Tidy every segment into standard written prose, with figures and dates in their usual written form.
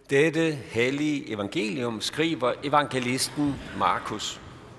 Dette hellige evangelium skriver evangelisten Markus.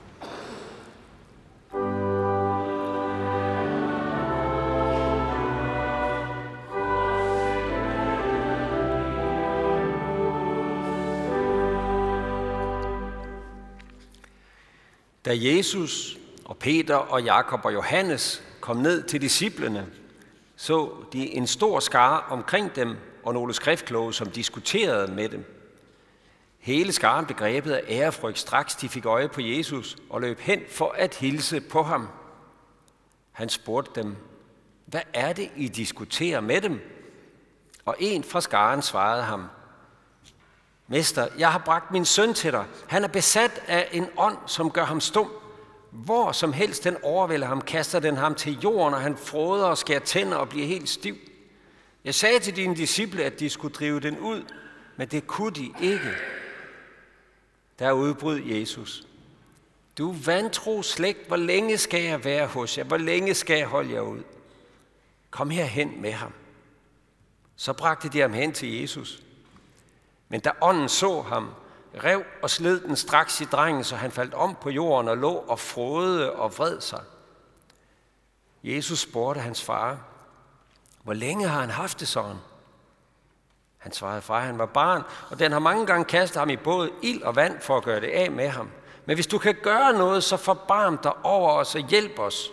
Da Jesus og Peter og Jakob og Johannes kom ned til disciplene, så de en stor skare omkring dem og nogle skriftkloge, som diskuterede med dem. Hele skaren blev grebet af ærefrygt, straks de fik øje på Jesus og løb hen for at hilse på ham. Han spurgte dem, hvad er det, I diskuterer med dem? Og en fra skaren svarede ham, Mester, jeg har bragt min søn til dig. Han er besat af en ånd, som gør ham stum. Hvor som helst den overvælder ham, kaster den ham til jorden, og han fråder og skærer tænder og bliver helt stiv. Jeg sagde til dine disciple, at de skulle drive den ud, men det kunne de ikke. Der udbrød Jesus. Du vantro slægt, hvor længe skal jeg være hos jer? Hvor længe skal jeg holde jer ud? Kom herhen med ham. Så bragte de ham hen til Jesus. Men da ånden så ham, rev og sled den straks i drengen, så han faldt om på jorden og lå og frådede og vred sig. Jesus spurgte hans far, hvor længe har han haft det sådan? Han svarede, far, han var barn, og den har mange gange kastet ham i både ild og vand for at gøre det af med ham. Men hvis du kan gøre noget, så forbarm dig over os og hjælp os.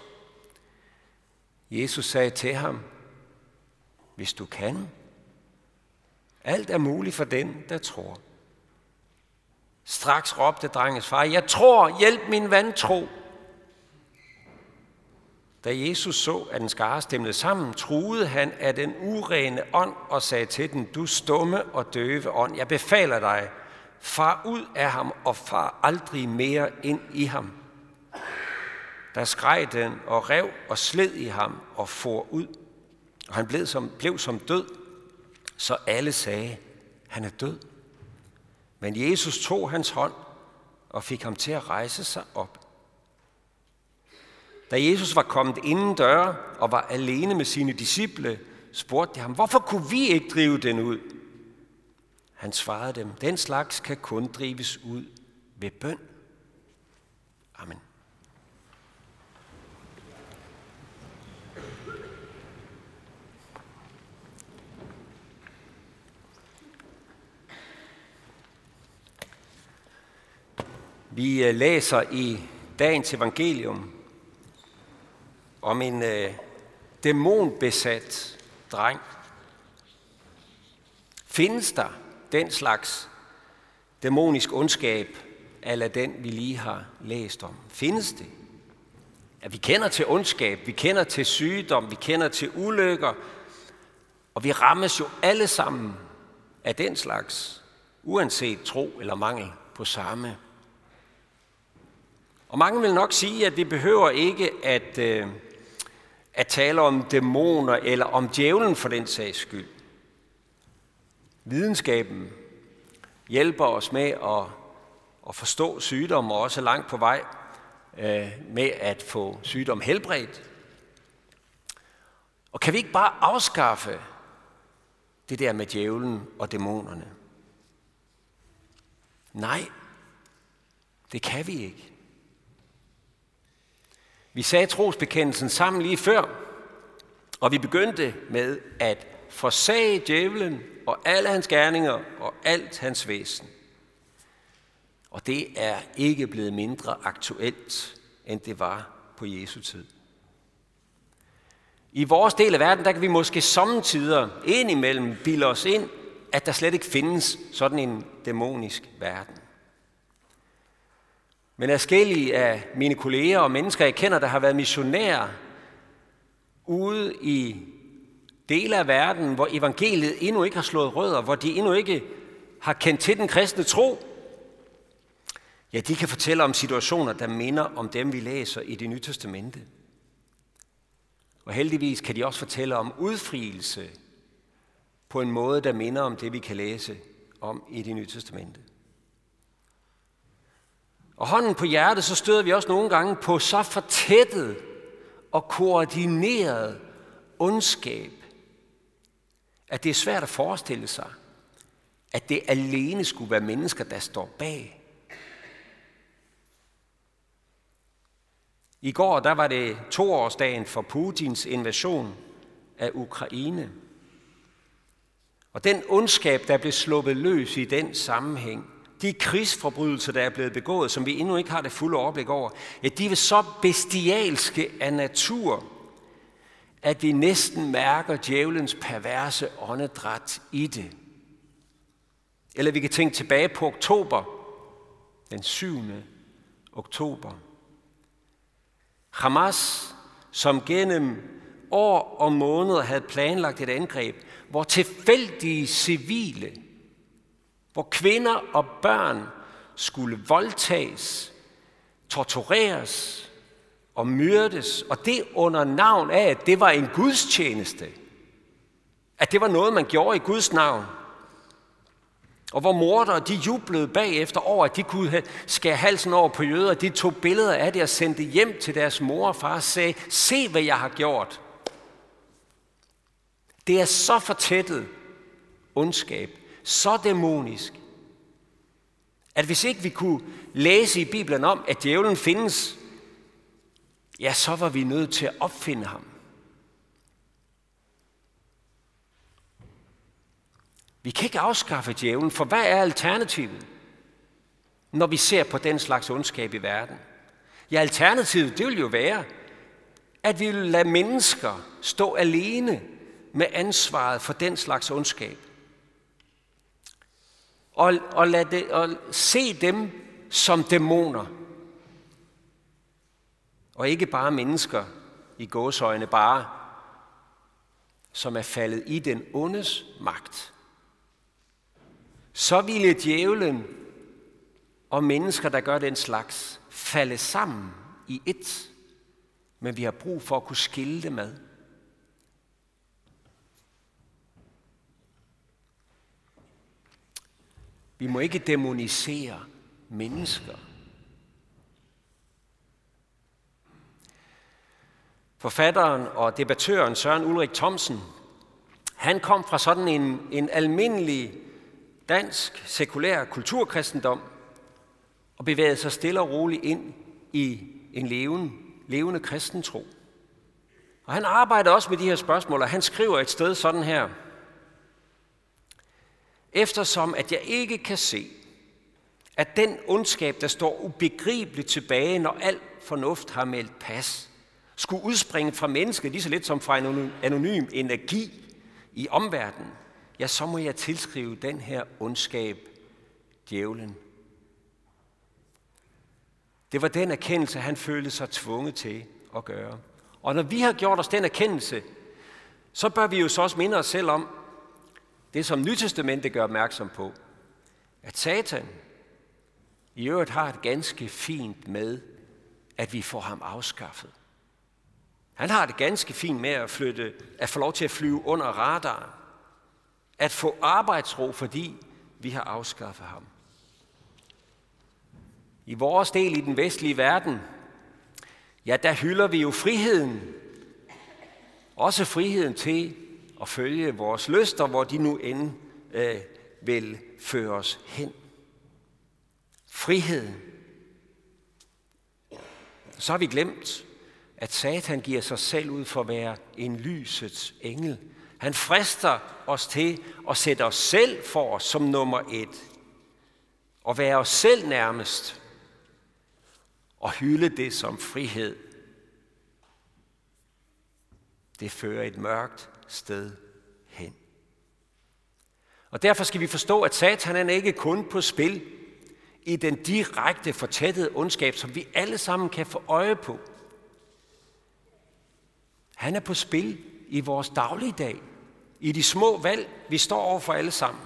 Jesus sagde til ham, hvis du kan. Alt er muligt for den, der tror. Straks råbte drengens far, jeg tror, hjælp min vantro. Da Jesus så, at den skare stemlede sammen, truede han af den urene ånd og sagde til den, du stumme og døve ånd, jeg befaler dig, far ud af ham og far aldrig mere ind i ham. Der skreg den og rev og sled i ham og for ud, og han blev som død, så alle sagde, han er død. Men Jesus tog hans hånd og fik ham til at rejse sig op. Da Jesus var kommet inden døre og var alene med sine disciple, spurgte de ham, hvorfor kunne vi ikke drive den ud? Han svarede dem, den slags kan kun drives ud ved bøn. Amen. Vi læser i dagens evangelium om en dæmonbesat dreng. Findes der den slags dæmonisk ondskab, eller den vi lige har læst om? Findes det? Ja, vi kender til ondskab, vi kender til sygdom, vi kender til ulykker, og vi rammes jo alle sammen af den slags, uanset tro eller mangel på samme. Og mange vil nok sige, at vi behøver ikke at tale om dæmoner eller om djævlen for den sags skyld. Videnskaben hjælper os med at forstå sygdom og også langt på vej med at få sygdom helbredt. Og kan vi ikke bare afskaffe det der med djævlen og dæmonerne? Nej, det kan vi ikke. Vi sagde trosbekendelsen sammen lige før, og vi begyndte med at forsage djævlen og alle hans gerninger og alt hans væsen. Og det er ikke blevet mindre aktuelt, end det var på Jesu tid. I vores del af verden, der kan vi måske sommetider indimellem bilde os ind, at der slet ikke findes sådan en dæmonisk verden. Men adskillige af mine kolleger og mennesker, jeg kender, der har været missionærer ude i dele af verden, hvor evangeliet endnu ikke har slået rødder, hvor de endnu ikke har kendt til den kristne tro, ja, de kan fortælle om situationer, der minder om dem, vi læser i Det Nye Testamente. Og heldigvis kan de også fortælle om udfrielse på en måde, der minder om det, vi kan læse om i Det Nye Testamente. Og hånden på hjertet, så støder vi også nogle gange på så fortættet og koordineret ondskab, at det er svært at forestille sig, at det alene skulle være mennesker, der står bag. I går der var det 2-årsdagen for Putins invasion af Ukraine. Og den ondskab, der blev sluppet løs i den sammenhæng, de krigsforbrydelser, der er blevet begået, som vi endnu ikke har det fulde overblik over, ja, de er så bestialske af natur, at vi næsten mærker djævelens perverse åndedræt i det. Eller vi kan tænke tilbage på oktober, den 7. oktober. Hamas, som gennem år og måneder havde planlagt et angreb, hvor tilfældige civile, hvor kvinder og børn skulle voldtages, tortureres og myrdes, og det under navn af, at det var en gudstjeneste. At det var noget, man gjorde i Guds navn. Og hvor mordere, de jublede bagefter over, at de kunne skære halsen over på jøder. De tog billeder af det og sendte hjem til deres mor og far og sagde, se hvad jeg har gjort. Det er så fortættet ondskab, så dæmonisk, at hvis ikke vi kunne læse i Bibelen om, at djævlen findes, ja, så var vi nødt til at opfinde ham. Vi kan ikke afskaffe djævlen, for hvad er alternativet, når vi ser på den slags ondskab i verden? Ja, alternativet, det vil jo være, at vi vil lade mennesker stå alene med ansvaret for den slags ondskab. Og se dem som dæmoner. Og ikke bare mennesker i gåseøjne, bare som er faldet i den ondes magt. Så ville djævlen og mennesker, der gør den slags, falde sammen i ét. Men vi har brug for at kunne skille dem ad. Vi må ikke dæmonisere mennesker. Forfatteren og debattøren Søren Ulrik Thomsen, han kom fra sådan en almindelig dansk sekulær kulturkristendom og bevægede sig stille og roligt ind i en levende kristentro. Og han arbejder også med de her spørgsmål, og han skriver et sted sådan her: eftersom at jeg ikke kan se, at den ondskab, der står ubegribeligt tilbage, når al fornuft har meldt pas, skulle udspringe fra mennesket lige så lidt som fra en anonym energi i omverdenen, ja, så må jeg tilskrive den her ondskab djævlen. Det var den erkendelse, han følte sig tvunget til at gøre. Og når vi har gjort os den erkendelse, så bør vi jo så også minde os selv om det, som Nytestamentet gør opmærksom på, at Satan i øvrigt har et ganske fint med, at vi får ham afskaffet. Han har det ganske fint med at få lov til at flyve under radaren, at få arbejdsro, fordi vi har afskaffet ham. I vores del i den vestlige verden, ja, der hylder vi jo friheden. Også friheden til at følge vores lyster, hvor de nu end vil føre os hen. Friheden. Så har vi glemt, at Satan giver sig selv ud for at være en lysets engel. Han frister os til at sætte os selv for os som nummer 1. Og være os selv nærmest. Og hylde det som frihed. Det fører et mørkt sted hen. Og derfor skal vi forstå, at Satan er ikke kun på spil i den direkte fortættede ondskab, som vi alle sammen kan få øje på. Han er på spil i vores dagligdag, i de små valg, vi står overfor alle sammen.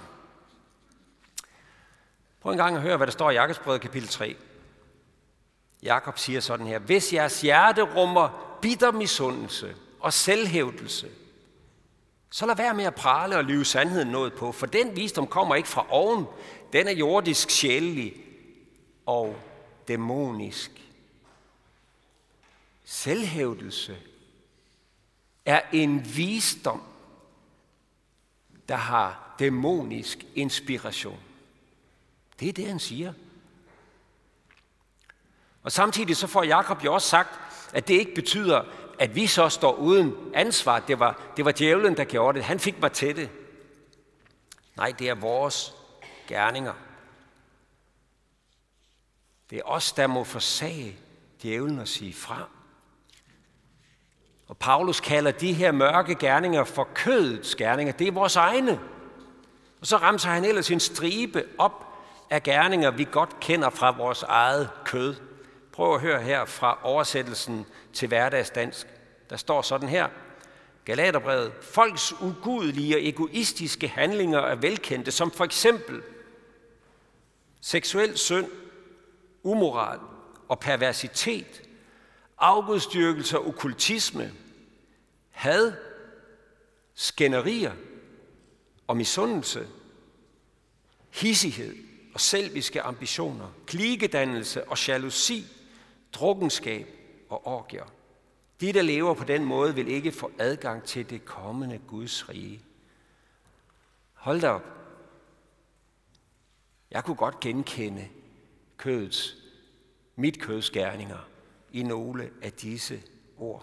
Prøv en gang at høre, hvad der står i Jakobsbrevet kapitel 3. Jakob siger sådan her: hvis jeres hjerte rummer bitter misundelse og selvhævdelse, så lad være med at prale og lyve sandheden noget på, for den visdom kommer ikke fra oven, den er jordisk, sjælelig og dæmonisk. Selvhævdelse er en visdom, der har dæmonisk inspiration. Det er det, han siger. Og samtidig så får Jakob jo også sagt, at det ikke betyder, at vi så står uden ansvar. Det var djævlen, der gjorde det. Han fik mig til det. Nej, det er vores gerninger. Det er os, der må forsage djævlen og sige fra. Og Paulus kalder de her mørke gerninger for kødets gerninger. Det er vores egne. Og så ramser han ellers en stribe op af gerninger, vi godt kender fra vores eget kød. Prøv at høre her fra oversættelsen til hverdagsdansk. Der står sådan her. Galaterbrevet. Folks ugudelige og egoistiske handlinger er velkendte, som for eksempel seksuel synd, umoral og perversitet, afgudstyrkelse og okkultisme, had, skænderier og misundelse, hissighed og selviske ambitioner, klikedannelse og jalousi, drukkenskab og orgier. De, der lever på den måde, vil ikke få adgang til det kommende Guds rige. Hold da op. Jeg kunne godt genkende mit køds gerninger i nogle af disse ord.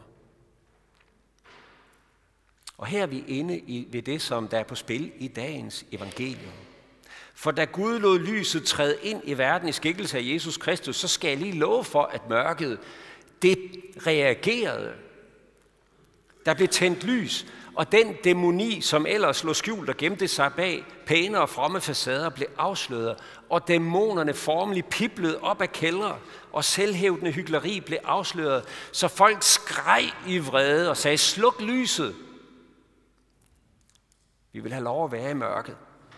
Og her er vi inde ved det, som der er på spil i dagens evangelium. For da Gud lod lyset træde ind i verden i skikkelse af Jesus Kristus, så skal jeg lige love for, at mørket, det reagerede. Der blev tændt lys, og den dæmoni, som ellers lå skjult og gemte sig bag pæne og fromme facader, blev afsløret, og dæmonerne formelig piblede op af kældre, og selvhævdende hykleri blev afsløret, så folk skreg i vrede og sagde, sluk lyset. Vi vil have lov at være i mørket.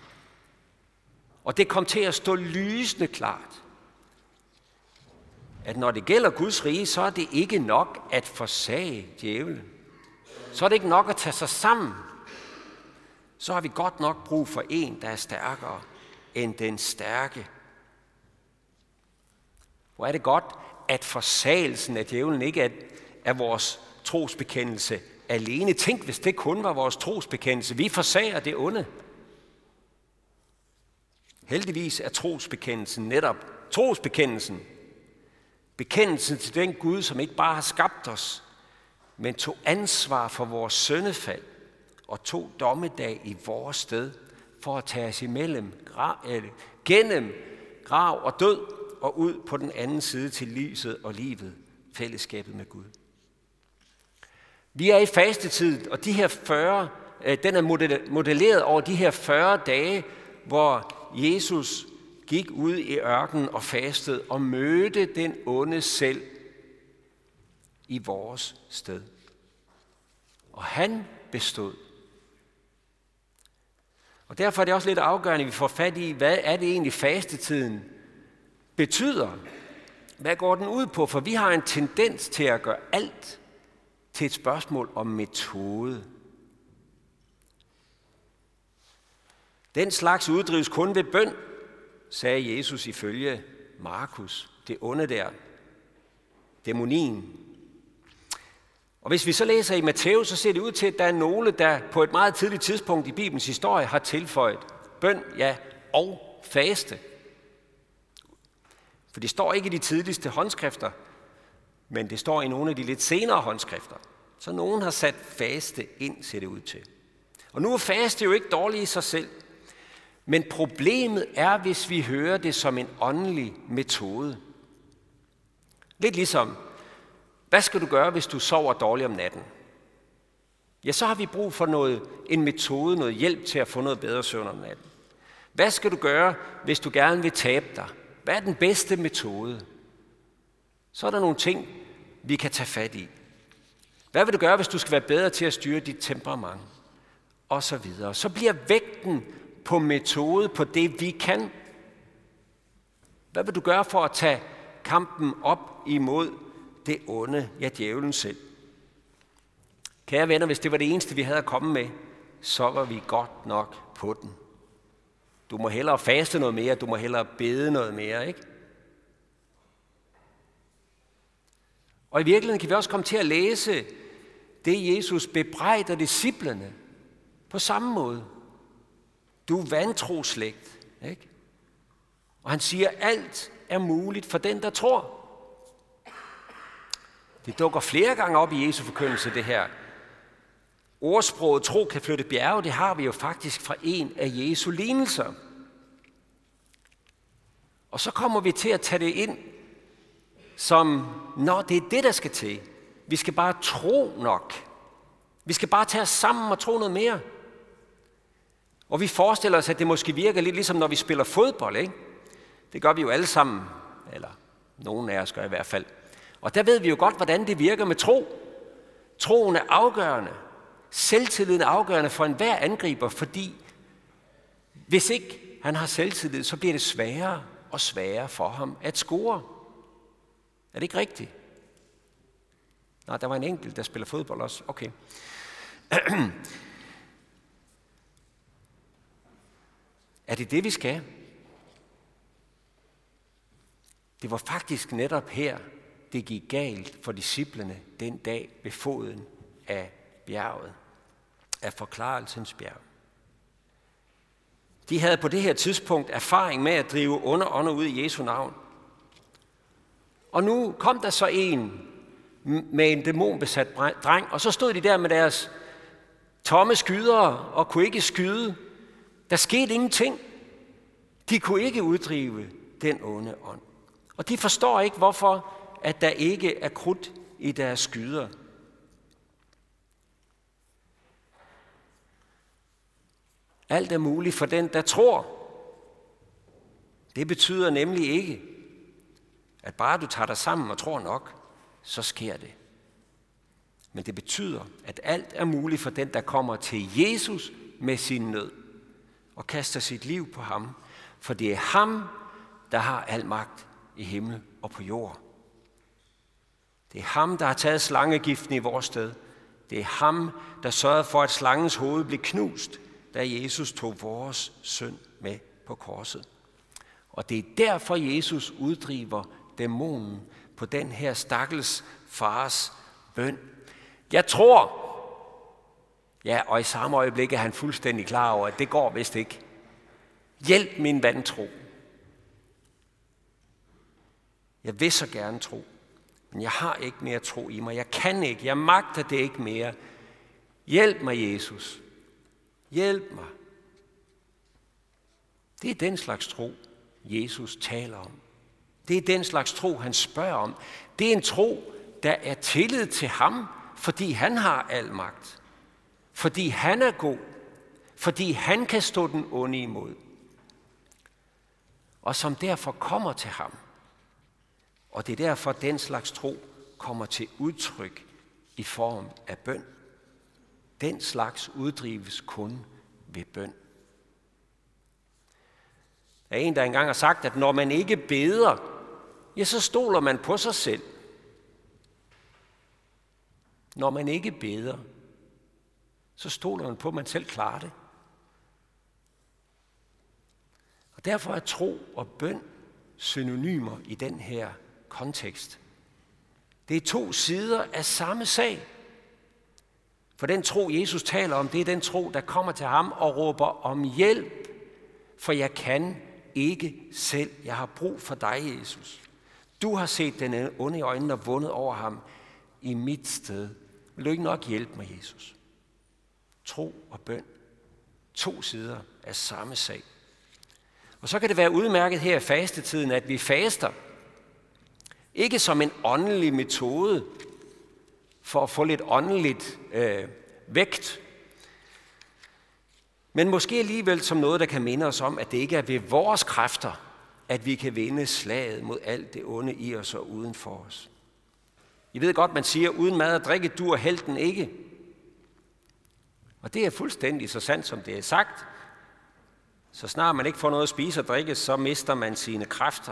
Og det kom til at stå lysende klart, at når det gælder Guds rige, så er det ikke nok at forsage djævlen. Så er det ikke nok at tage sig sammen. Så har vi godt nok brug for en, der er stærkere end den stærke. Hvor er det godt, at forsagelsen af djævlen ikke er vores trosbekendelse alene. Tænk, hvis det kun var vores trosbekendelse. Vi forsager det onde. Heldigvis er trosbekendelsen netop trosbekendelsen. Bekendelsen til den Gud, som ikke bare har skabt os, men tog ansvar for vores syndefald og tog dommedag i vores sted for at tage os gennem grav og død og ud på den anden side til lyset og livet, fællesskabet med Gud. Vi er i fastetid, og de her 40, den er modelleret over de her 40 dage, hvor Jesus gik ud i ørkenen og fastede og mødte den onde selv i vores sted. Og han bestod. Og derfor er det også lidt afgørende, at vi får fat i, hvad er det egentlig fastetiden betyder? Hvad går den ud på? For vi har en tendens til at gøre alt til et spørgsmål om metode. Den slags uddrives kun ved bøn, sagde Jesus ifølge Markus, det onde der, dæmonien. Og hvis vi så læser i Matthæus, så ser det ud til, at der er nogle, der på et meget tidligt tidspunkt i Bibelens historie har tilføjet bøn, ja, og faste. For det står ikke i de tidligste håndskrifter, men det står i nogle af de lidt senere håndskrifter. Så nogen har sat faste ind, ser det ud til. Og nu er faste jo ikke dårligt i sig selv. Men problemet er, hvis vi hører det som en åndelig metode. Lidt ligesom, hvad skal du gøre, hvis du sover dårligt om natten? Ja, så har vi brug for en metode, noget hjælp til at få noget bedre søvn om natten. Hvad skal du gøre, hvis du gerne vil tabe dig? Hvad er den bedste metode? Så er der nogle ting, vi kan tage fat i. Hvad vil du gøre, hvis du skal være bedre til at styre dit temperament? Og så videre. Så bliver vægten på metode, på det vi kan. Hvad vil du gøre for at tage kampen op imod det onde, ja, djævlen selv? Kære venner, hvis det var det eneste, vi havde at komme med, så var vi godt nok på den. Du må hellere faste noget mere, du må hellere bede noget mere, ikke? Og i virkeligheden kan vi også komme til at læse det, Jesus bebrejder disciplene på samme måde. Du er vantroslægt, ikke? Og han siger, alt er muligt for den, der tror. Det dukker flere gange op i Jesu forkyndelse, det her. Ordsproget, tro kan flytte bjerge, det har vi jo faktisk fra en af Jesu lignelser. Og så kommer vi til at tage det ind, som, når det er det, der skal til. Vi skal bare tro nok. Vi skal bare tage os sammen og tro noget mere. Og vi forestiller os, at det måske virker lidt ligesom, når vi spiller fodbold, ikke? Det gør vi jo alle sammen, eller nogen af os gør i hvert fald. Og der ved vi jo godt, hvordan det virker med tro. Troen er afgørende. Selvtilliden er afgørende for enhver angriber, fordi hvis ikke han har selvtillid, så bliver det sværere og sværere for ham at score. Er det ikke rigtigt? Nej, der var en enkelt, der spiller fodbold også. Okay. Er det det, vi skal? Det var faktisk netop her, det gik galt for disciplene den dag ved foden af bjerget, af forklarelsens bjerg. De havde på det her tidspunkt erfaring med at drive onde ånder ud i Jesu navn. Og nu kom der så en med en dæmonbesat dreng, og så stod de der med deres tomme skydere og kunne ikke skyde. Der skete ingenting. De kunne ikke uddrive den onde ånd. Og de forstår ikke, hvorfor at der ikke er krudt i deres skyder. Alt er muligt for den, der tror. Det betyder nemlig ikke, at bare du tager dig sammen og tror nok, så sker det. Men det betyder, at alt er muligt for den, der kommer til Jesus med sin nød og kaster sit liv på ham. For det er ham, der har al magt i himmel og på jord. Det er ham, der har taget slangegiften i vores sted. Det er ham, der sørgede for, at slangens hoved blev knust, da Jesus tog vores synd med på korset. Og det er derfor, Jesus uddriver dæmonen på den her stakkels fars bøn. Jeg tror, ja, og i samme øjeblik er han fuldstændig klar over, at det går vist ikke. Hjælp min vantro. Jeg vil så gerne tro, men jeg har ikke mere tro i mig. Jeg kan ikke, jeg magter det ikke mere. Hjælp mig, Jesus. Hjælp mig. Det er den slags tro, Jesus taler om. Det er den slags tro, han spørger om. Det er en tro, der er tillid til ham, fordi han har al magt. Fordi han er god. Fordi han kan stå den onde imod. Og som derfor kommer til ham. Og det er derfor, den slags tro kommer til udtryk i form af bøn. Den slags uddrives kun ved bøn. Der er en, der engang har sagt, at når man ikke beder, ja, så stoler man på sig selv. Når man ikke beder, så stoler man på, at man selv klarer det. Og derfor er tro og bøn synonymer i den her kontekst. Det er to sider af samme sag. For den tro, Jesus taler om, det er den tro, der kommer til ham og råber om hjælp. For jeg kan ikke selv. Jeg har brug for dig, Jesus. Du har set den onde i øjnene og vundet over ham i mit sted. Vil du ikke nok hjælpe mig, Jesus? Tro og bøn. To sider af samme sag. Og så kan det være udmærket her i fastetiden, at vi faster. Ikke som en åndelig metode for at få lidt åndeligt vægt, men måske alligevel som noget, der kan minde os om, at det ikke er ved vores kræfter, at vi kan vinde slaget mod alt det onde i os og uden for os. I ved godt, man siger, uden mad og drikke dur helten ikke. Og det er fuldstændig så sandt, som det er sagt. Så snart man ikke får noget at spise og drikke, så mister man sine kræfter.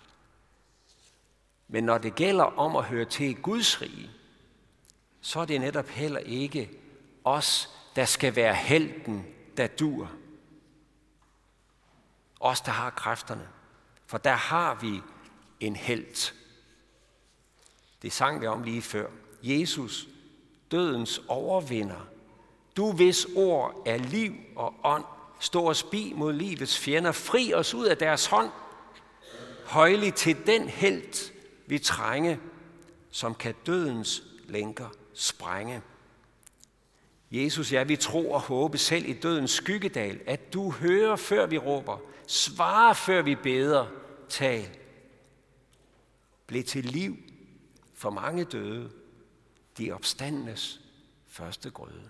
Men når det gælder om at høre til i Guds rige, så er det netop heller ikke os, der skal være helten, der dur. Os, der har kræfterne. For der har vi en helt. Det sang vi om lige før. Jesus, dødens overvinder. Du hvis ord er liv og ånd, stå os bi mod livets fjender, fri os ud af deres hånd, højlig til den helt vi trænge, som kan dødens lænker sprænge. Jesus, ja, vi tror og håber selv i dødens skyggedal, at du hører, før vi råber, svarer, før vi beder, tal. Bliv til liv for mange døde, de opstandenes første grøde.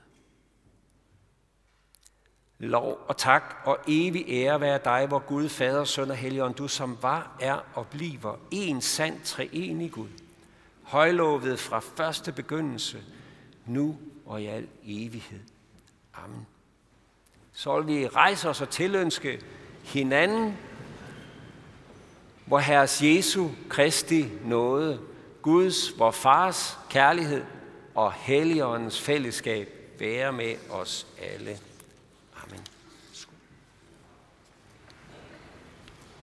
Lov og tak og evig ære være dig, vor Gud, Fader, Søn og Helligånd, du som var, er og bliver en sand treenig Gud, højlovet fra første begyndelse, nu og i al evighed. Amen. Så vil vi rejse os og tilønske hinanden, vor Herres Jesu Kristi nåde, Guds, vor Fars kærlighed og Helligåndens fællesskab være med os alle.